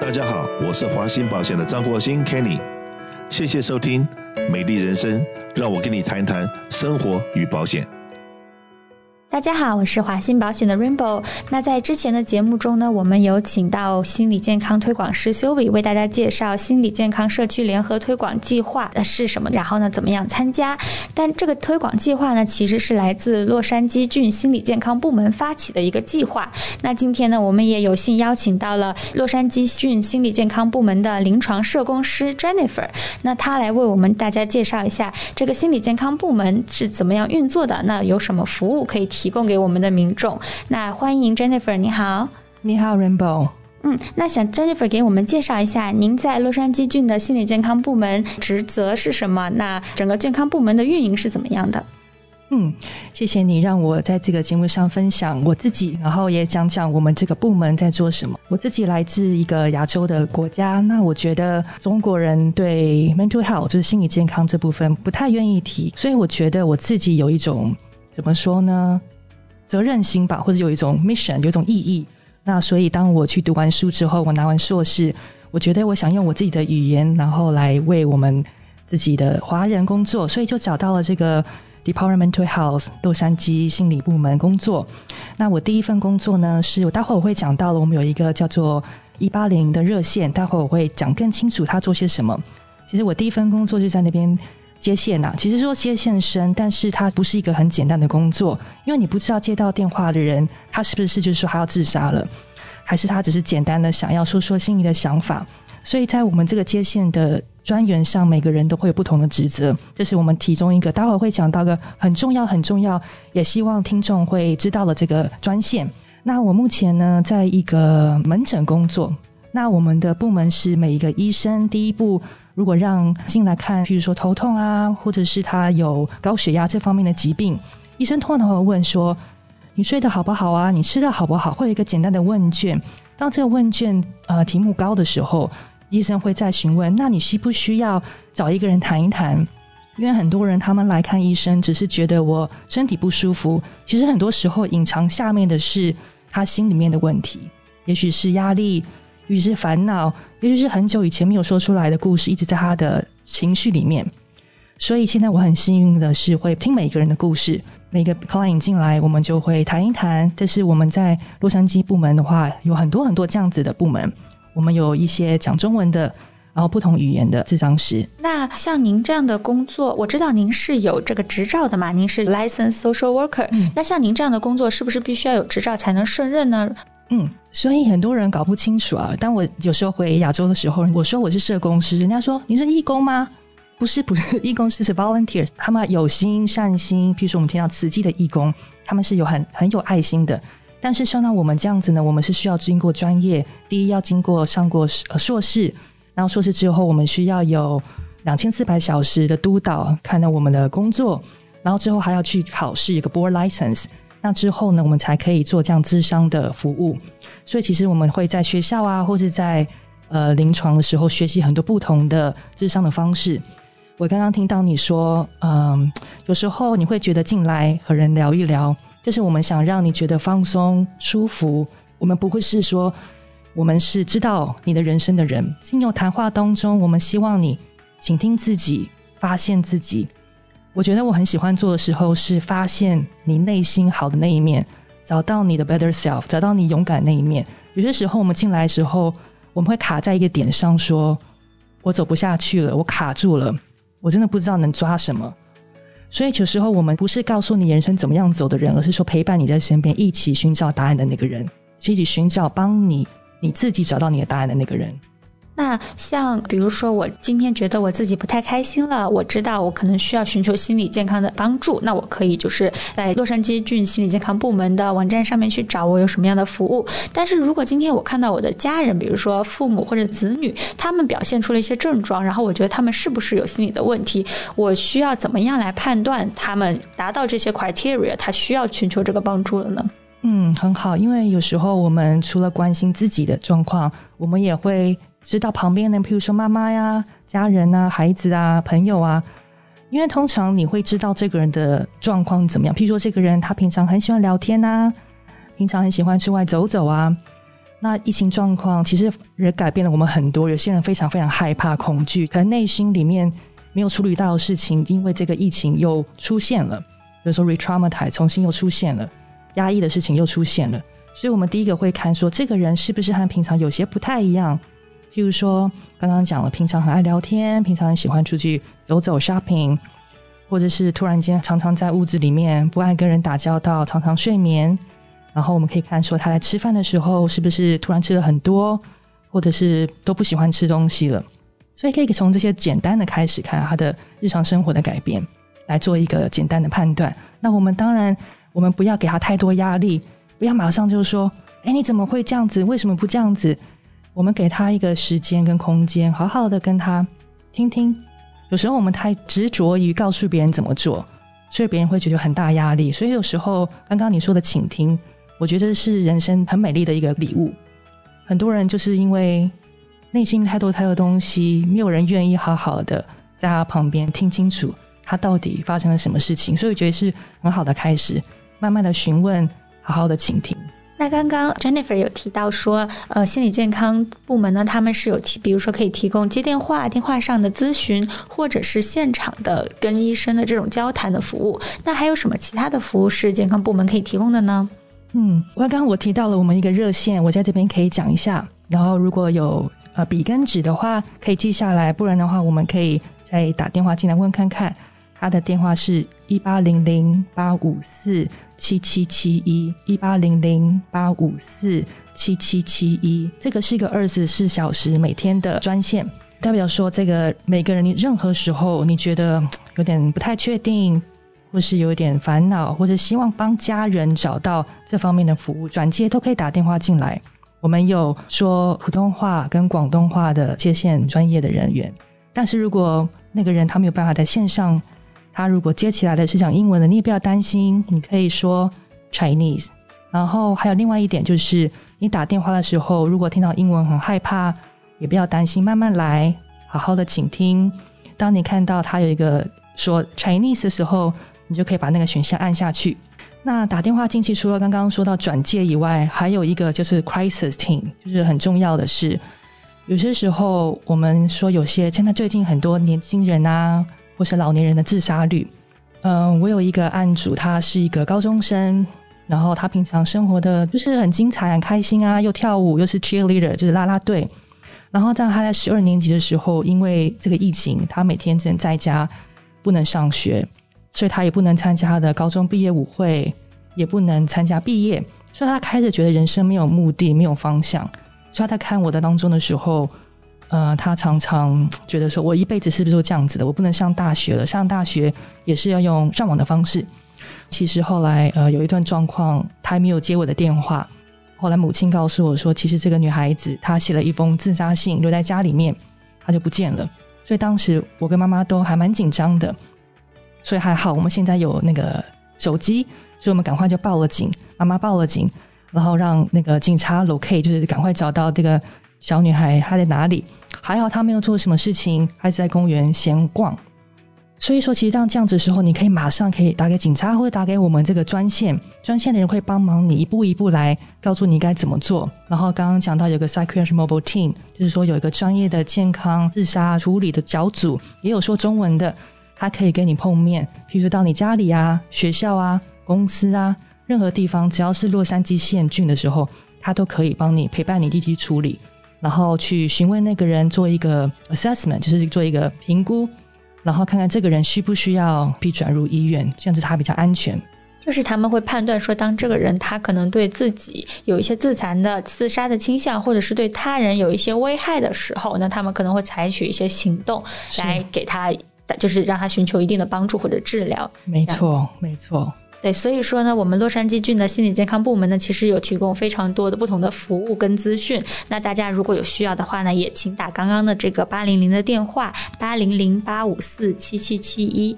大家好，我是华兴保险的张国兴 Kenny， 谢谢收听美丽人生，让我跟你谈谈生活与保险。 大家好，我是华兴保险的 Rainbow。 那在之前的节目中呢，我们有请到心理健康推广师 Sylvie 为大家介绍心理健康社区联合推广计划是什么，然后呢怎么样参加。但这个推广计划呢，其实是来自洛杉矶郡心理健康部门发起的一个计划。那今天呢，我们也有幸邀请到了洛杉矶郡心理健康部门的临床社工师 Jennifer， 那她来为我们大家介绍一下这个心理健康部门是怎么样运作的，那有什么服务可以提供给我们的民众。那欢迎 Jennifer， 你好。 你好 Rainbow。 那想 Jennifer 给我们介绍一下您在洛杉矶郡的心理健康部门职责是什么，那整个健康部门的运营是怎么样的？ 谢谢你让我在这个节目上分享我自己，然后也讲讲我们这个部门在做什么。我自己来自一个亚洲的国家，那我觉得中国人对 mental health 就是心理健康这部分不太愿意提，所以我觉得我自己有一种怎么说呢，责任心吧，或者有一种 mission， 有一种意义。那所以当我去读完书之后，我拿完硕士，我觉得我想用我自己的语言，然后来为我们自己的华人工作，所以就找到了这个 Department Mental Health 洛杉矶心理部门工作。那我第一份工作呢，是我待会我会讲到了，我们有一个叫做180的热线，待会我会讲更清楚他做些什么。其实我第一份工作就在那边接线其实说接线生，但是它不是一个很简单的工作，因为你不知道接到电话的人他是不是就是说他要自杀了，还是他只是简单的想要说说心里的想法。所以在我们这个接线的专员上，每个人都会有不同的职责，这是我们其中一个待会会讲到个很重要也希望听众会知道的这个专线。那我目前呢在一个门诊工作，那我们的部门是每一个医生第一步如果让进来看，譬如说头痛或者是他有高血压这方面的疾病，医生通常会问说你睡得好不好啊，你吃得好不好，会有一个简单的问卷。当这个问卷题目高的时候，医生会再询问那你需不需要找一个人谈一谈。因为很多人他们来看医生只是觉得我身体不舒服，其实很多时候隐藏下面的是他心里面的问题，也许是压力，也许是烦恼，也许是很久以前没有说出来的故事一直在他的情绪里面。所以现在我很幸运的是会听每一个人的故事，每个 client 进来我们就会谈一谈。这是我们在洛杉矶部门的话有很多这样子的部门，我们有一些讲中文的，然后不同语言的諮商师。 那像您这样的工作，我知道您是有这个执照的嘛，您是 licensed social worker，那像您这样的工作是不是必须要有执照才能胜任呢？ 所以很多人搞不清楚当我有时候回亚洲的时候，我说我是社工师，人家说你是义工吗？不是，义工师是 volunteers， 他们有心善心，譬如说我们听到慈济的义工，他们是有很有爱心的。但是像我们这样子呢，我们是需要经过专业，第一要上过硕士，然后硕士之后我们需要有2400小时的督导看到我们的工作，然后之后还要去考试一个 board license， 那之后呢我们才可以做这样諮商的服务。所以其实我们会在学校或者在临床的时候学习很多不同的諮商的方式。我刚刚听到你说有时候你会觉得进来和人聊一聊，就是我们想让你觉得放松舒服，我们不会是说我们是知道你的人生的人，经由谈话当中我们希望你倾听自己，发现自己。我觉得我很喜欢做的时候是发现你内心好的那一面，找到你的 better self， 找到你勇敢那一面。有些时候我们进来的时候我们会卡在一个点上，说我走不下去了，我卡住了，我真的不知道能抓什么。所以有时候我们不是告诉你人生怎么样走的人，而是说陪伴你在身边，一起寻找答案的那个人，一起寻找帮你自己找到你的答案的那个人。 那像比如说我今天觉得我自己不太开心了，我知道我可能需要寻求心理健康的帮助，那我可以就是在洛杉矶郡心理健康部门的网站上面去找我有什么样的服务。但是如果今天我看到我的家人，比如说父母或者子女，他们表现出了一些症状，然后我觉得他们是不是有心理的问题，我需要怎么样来判断他们达到这些 criteria， 他需要寻求这个帮助了呢？ 很好，因为有时候我们除了关心自己的状况，我们也会知道旁边的，譬如说妈妈呀、家人啊、孩子啊、朋友啊，因为通常你会知道这个人的状况怎么样。譬如说这个人他平常很喜欢聊天啊，平常很喜欢出外走走啊， 那疫情状况其实也改变了我们很多，有些人非常非常害怕恐惧，可能内心里面没有处理到的事情因为这个疫情又出现了，比如说 re-traumatize 重新又出现了，压抑的事情又出现了，所以我们第一个会看说这个人是不是和平常有些不太一样，譬如说刚刚讲了平常很爱聊天，平常很喜欢出去走走 shopping， 或者是突然间常常在屋子里面不爱跟人打交道，常常睡眠，然后我们可以看说他在吃饭的时候是不是突然吃了很多，或者是都不喜欢吃东西了，所以可以从这些简单的开始看他的日常生活的改变来做一个简单的判断。那我们当然我们不要给他太多压力，不要马上就说你怎么会这样子，为什么不这样子，我们给他一个时间跟空间，好好的跟他听听。有时候我们太执着于告诉别人怎么做，所以别人会觉得很大压力，所以有时候刚刚你说的倾听，我觉得是人生很美丽的一个礼物。很多人就是因为内心太多东西，没有人愿意好好的在他旁边听清楚他到底发生了什么事情，所以我觉得是很好的开始，慢慢的询问，好好的倾听。 那刚刚 Jennifer 有提到说心理健康部门呢，他们是有比如说可以提供接电话上的咨询，或者是现场的跟医生的这种交谈的服务，那还有什么其他的服务是健康部门可以提供的呢？ 刚刚我提到了我们一个热线，我在这边可以讲一下，然后如果有笔跟纸的话可以记下来，不然的话我们可以再打电话进来问看看。他的电话是1800-854-7771 1800-854-7771，这个是一个24小时每天的专线，代表说这个每个人你任何时候你觉得有点不太确定，或是有点烦恼，或者希望帮家人找到这方面的服务转接，都可以打电话进来。我们有说普通话跟广东话的接线专业的人员，但是如果那个人他没有办法在线上，他如果接起来的是讲英文的，你也不要担心，你可以说 Chinese。 然后还有另外一点就是你打电话的时候如果听到英文很害怕，也不要担心，慢慢来，好好的倾听。当你看到他有一个说 Chinese 的时候，你就可以把那个选项按下去。那打电话进去除了刚刚说到转介以外，还有一个就是 crisis team， 就是很重要的是有些时候我们说有些现在最近很多年轻人啊或是老年人的自杀率，我有一个案主，他是一个高中生，然后他平常生活的就是很精彩很开心啊，又跳舞又是 cheerleader 就是啦啦队，然后他在12年级的时候因为这个疫情他每天只能在家不能上学，所以他也不能参加他的高中毕业舞会，也不能参加毕业，所以他开始觉得人生没有目的没有方向。所以他在看我的当中的时候他常常觉得说我一辈子是不是都这样子的，我不能上大学了，上大学也是要用上网的方式。其实后来有一段状况他还没有接我的电话，后来母亲告诉我说其实这个女孩子她写了一封自杀信留在家里面，她就不见了。所以当时我跟妈妈都还蛮紧张的，所以还好我们现在有那个手机，所以我们赶快就报了警，妈妈报了警，然后让那个警察 locate， 就是赶快找到这个小女孩她在哪里。还好她没有做什么事情，还是在公园闲逛。所以说其实当这样子的时候，你可以马上可以打给警察，或者打给我们这个专线的人会帮忙你一步一步来告诉你该怎么做。然后刚刚讲到有个 psychiatric mobile team， 就是说有一个专业的健康自杀处理的小组，也有说中文的，他可以跟你碰面，譬如说到你家里啊、学校啊、公司啊，任何地方只要是洛杉矶县郡的时候，他都可以帮你陪伴你一起处理，然后去询问那个人做一个 assessment， 就是做一个评估，然后看看这个人需不需要被转入医院，这样子他比较安全。 就是他们会判断说当这个人他可能对自己有一些自残的自杀的倾向，或者是对他人有一些危害的时候，那他们可能会采取一些行动来给他，就是让他寻求一定的帮助或者治疗。 没错没错。 对，所以说呢，我们洛杉矶郡的心理健康部门呢，其实有提供非常多的不同的服务跟资讯。那大家如果有需要的话呢，也请打刚刚的这个800的电话，800-854-7771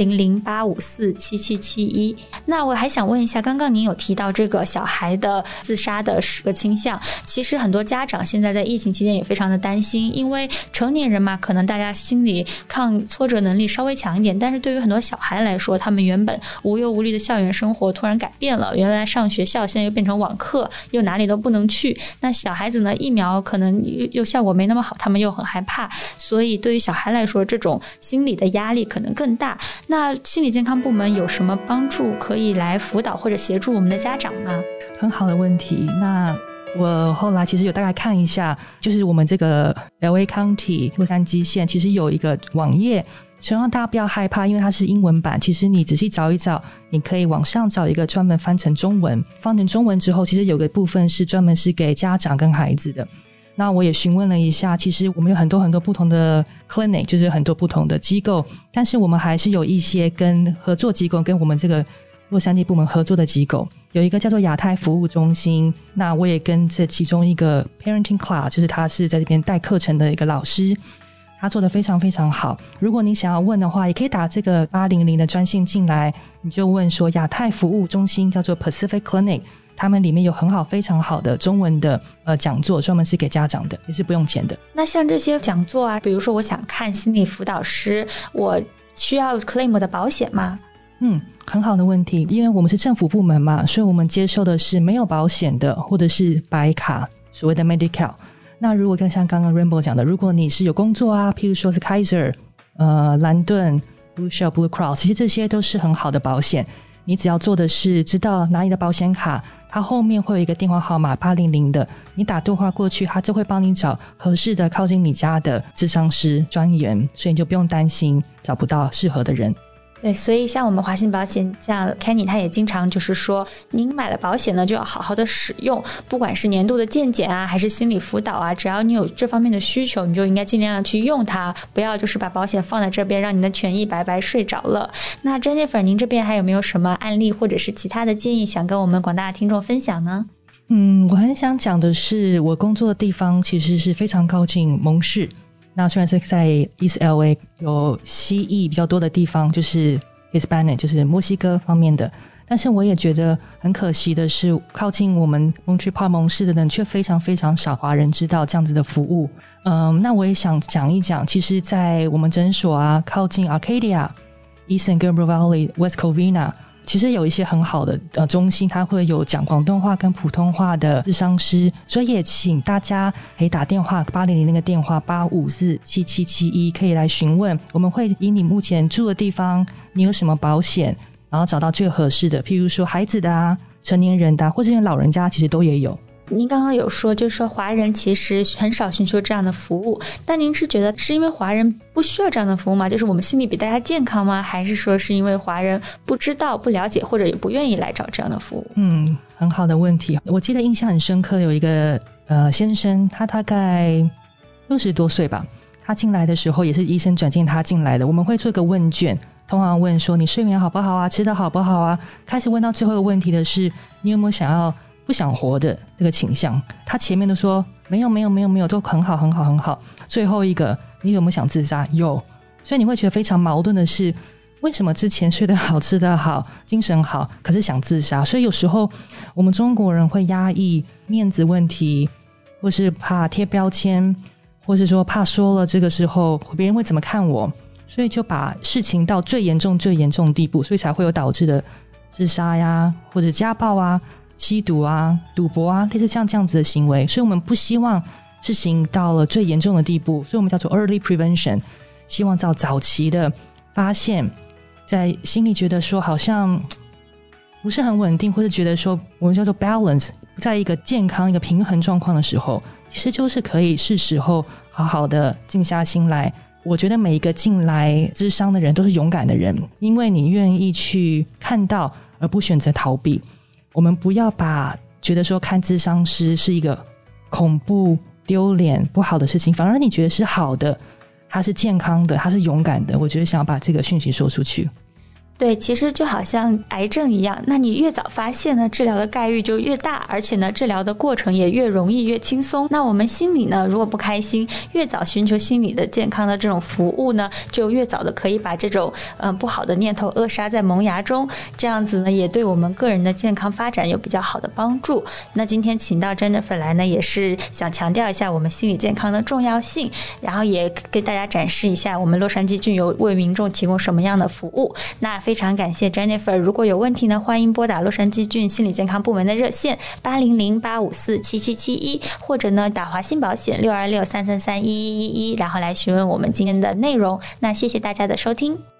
800-854-7771。那我还想问一下，刚刚您有提到这个小孩的自杀的10个倾向，其实很多家长现在在疫情期间也非常的担心，因为成年人嘛，可能大家心理抗挫折能力稍微强一点，但是对于很多小孩来说，他们原本无忧无虑的校校园生活突然改变了，原来上学校现在又变成网课，又哪里都不能去，那小孩子呢疫苗可能又效果没那么好，他们又很害怕，所以对于小孩来说这种心理的压力可能更大。那心理健康部门有什么帮助可以来辅导或者协助我们的家长吗？ 很好的问题。那我后来其实有大概看一下，就是我们这个 LA County 洛杉矶县其实有一个网页，希望大家不要害怕，因为它是英文版，其实你仔细找一找，你可以往上找一个专门翻成中文，翻成中文之后其实有个部分是专门是给家长跟孩子的。那我也询问了一下，其实我们有很多很多不同的 clinic， 就是很多不同的机构，但是我们还是有一些跟合作机构跟我们这个洛杉矶部门合作的机构，有一个叫做亚太服务中心，那我也跟这其中一个 parenting class， 就是他是在这边带课程的一个老师，他做得非常非常好。如果你想要问的话，也可以打这个800的专线进来，你就问说亚太服务中心叫做 Pacific Clinic， 他们里面有很好非常好的中文的讲座，专门是给家长的，也是不用钱的。 那像这些讲座啊，比如说我想看心理辅导师，我需要 claim 我的保险吗？ 很好的问题，因为我们是政府部门嘛，所以我们接受的是没有保险的或者是白卡，所谓的 Medi-Cal。 那如果像刚刚 Rainbow 讲的，如果你是有工作啊，譬如说是 Kaiser、蓝顿、Blue Shield、Blue Cross， 其实这些都是很好的保险，你只要做的是知道哪里的保险卡，它后面会有一个电话号码800的，你打电话过去，它就会帮你找合适的靠近你家的諮商师专员，所以你就不用担心找不到适合的人。 对，所以像我们华信保险，像 Kenny 他也经常就是说，您买了保险呢就要好好的使用，不管是年度的健检啊还是心理辅导啊，只要你有这方面的需求，你就应该尽量的去用它，不要就是把保险放在这边让你的权益白白睡着了。那 Jennifer 您这边还有没有什么案例或者是其他的建议想跟我们广大的听众分享呢？ 我很想讲的是，我工作的地方其实是非常靠近蒙氏，那虽然是在 East LA 有西裔比较多的地方，就是 Hispanic 就是墨西哥方面的，但是我也觉得很可惜的是，靠近我们 Montreal Park 蒙氏的人却非常非常少华人知道这样子的服务。那我也想讲一讲，其实在我们诊所啊，靠近 Arcadia、Eastern Gilbert Valley、West Covina，其实有一些很好的中心，它会有讲广东话跟普通话的諮商师，所以也请大家可以打电话800那个电话8547771，可以来询问，我们会以你目前住的地方，你有什么保险，然后找到最合适的，譬如说孩子的啊、成年人的啊，或者老人家其实都也有。 您刚刚有说，就是说华人其实很少寻求这样的服务，但您是觉得是因为华人不需要这样的服务吗？就是我们心理比大家健康吗？还是说是因为华人不知道、不了解，或者也不愿意来找这样的服务？ 很好的问题。我记得印象很深刻，有一个先生，他大概60多岁吧，他进来的时候也是医生转进他进来的，我们会做一个问卷，通常问说你睡眠好不好啊，吃得好不好啊，开始问到最后一个问题的是你有没有想要不想活的这个倾向，他前面都说没有，都很好很好很好，最后一个你有没有想自杀？有。所以你会觉得非常矛盾的是，为什么之前睡得好、吃得好、精神好，可是想自杀？所以有时候我们中国人会压抑面子问题，或是怕贴标签，或是说怕说了这个时候别人会怎么看我，所以就把事情到最严重的地步，所以才会有导致的自杀呀，或者家暴啊、吸毒啊、赌博啊，类似像这样子的行为。所以我们不希望事情到了最严重的地步，所以我们叫做 early prevention， 希望早期的发现，在心里觉得说好像不是很稳定，或者觉得说我们叫做 balance， 在一个健康一个平衡状况的时候，其实就是可以是时候好好的静下心来。我觉得每一个进来諮商的人都是勇敢的人，因为你愿意去看到而不选择逃避。我们不要把觉得说看諮商师是一个恐怖、丢脸、不好的事情，反而你觉得是好的，他是健康的，他是勇敢的。我觉得想要把这个讯息说出去。 对，其实就好像癌症一样，那你越早发现呢，治疗的概率就越大，而且呢，治疗的过程也越容易、越轻松。那我们心理呢，如果不开心，越早寻求心理的健康的这种服务呢，就越早的可以把这种不好的念头扼杀在萌芽中，这样子呢，也对我们个人的健康发展有比较好的帮助。那今天请到 Jennifer 来呢，也是想强调一下我们心理健康的重要性，然后也给大家展示一下我们洛杉矶郡有为民众提供什么样的服务。那非常感谢 Jennifer， 如果有问题呢，欢迎拨打洛杉矶郡心理健康部门的热线800-854-7771，或者呢打华信保险626-333-1111，然后来询问我们今天的内容。那谢谢大家的收听。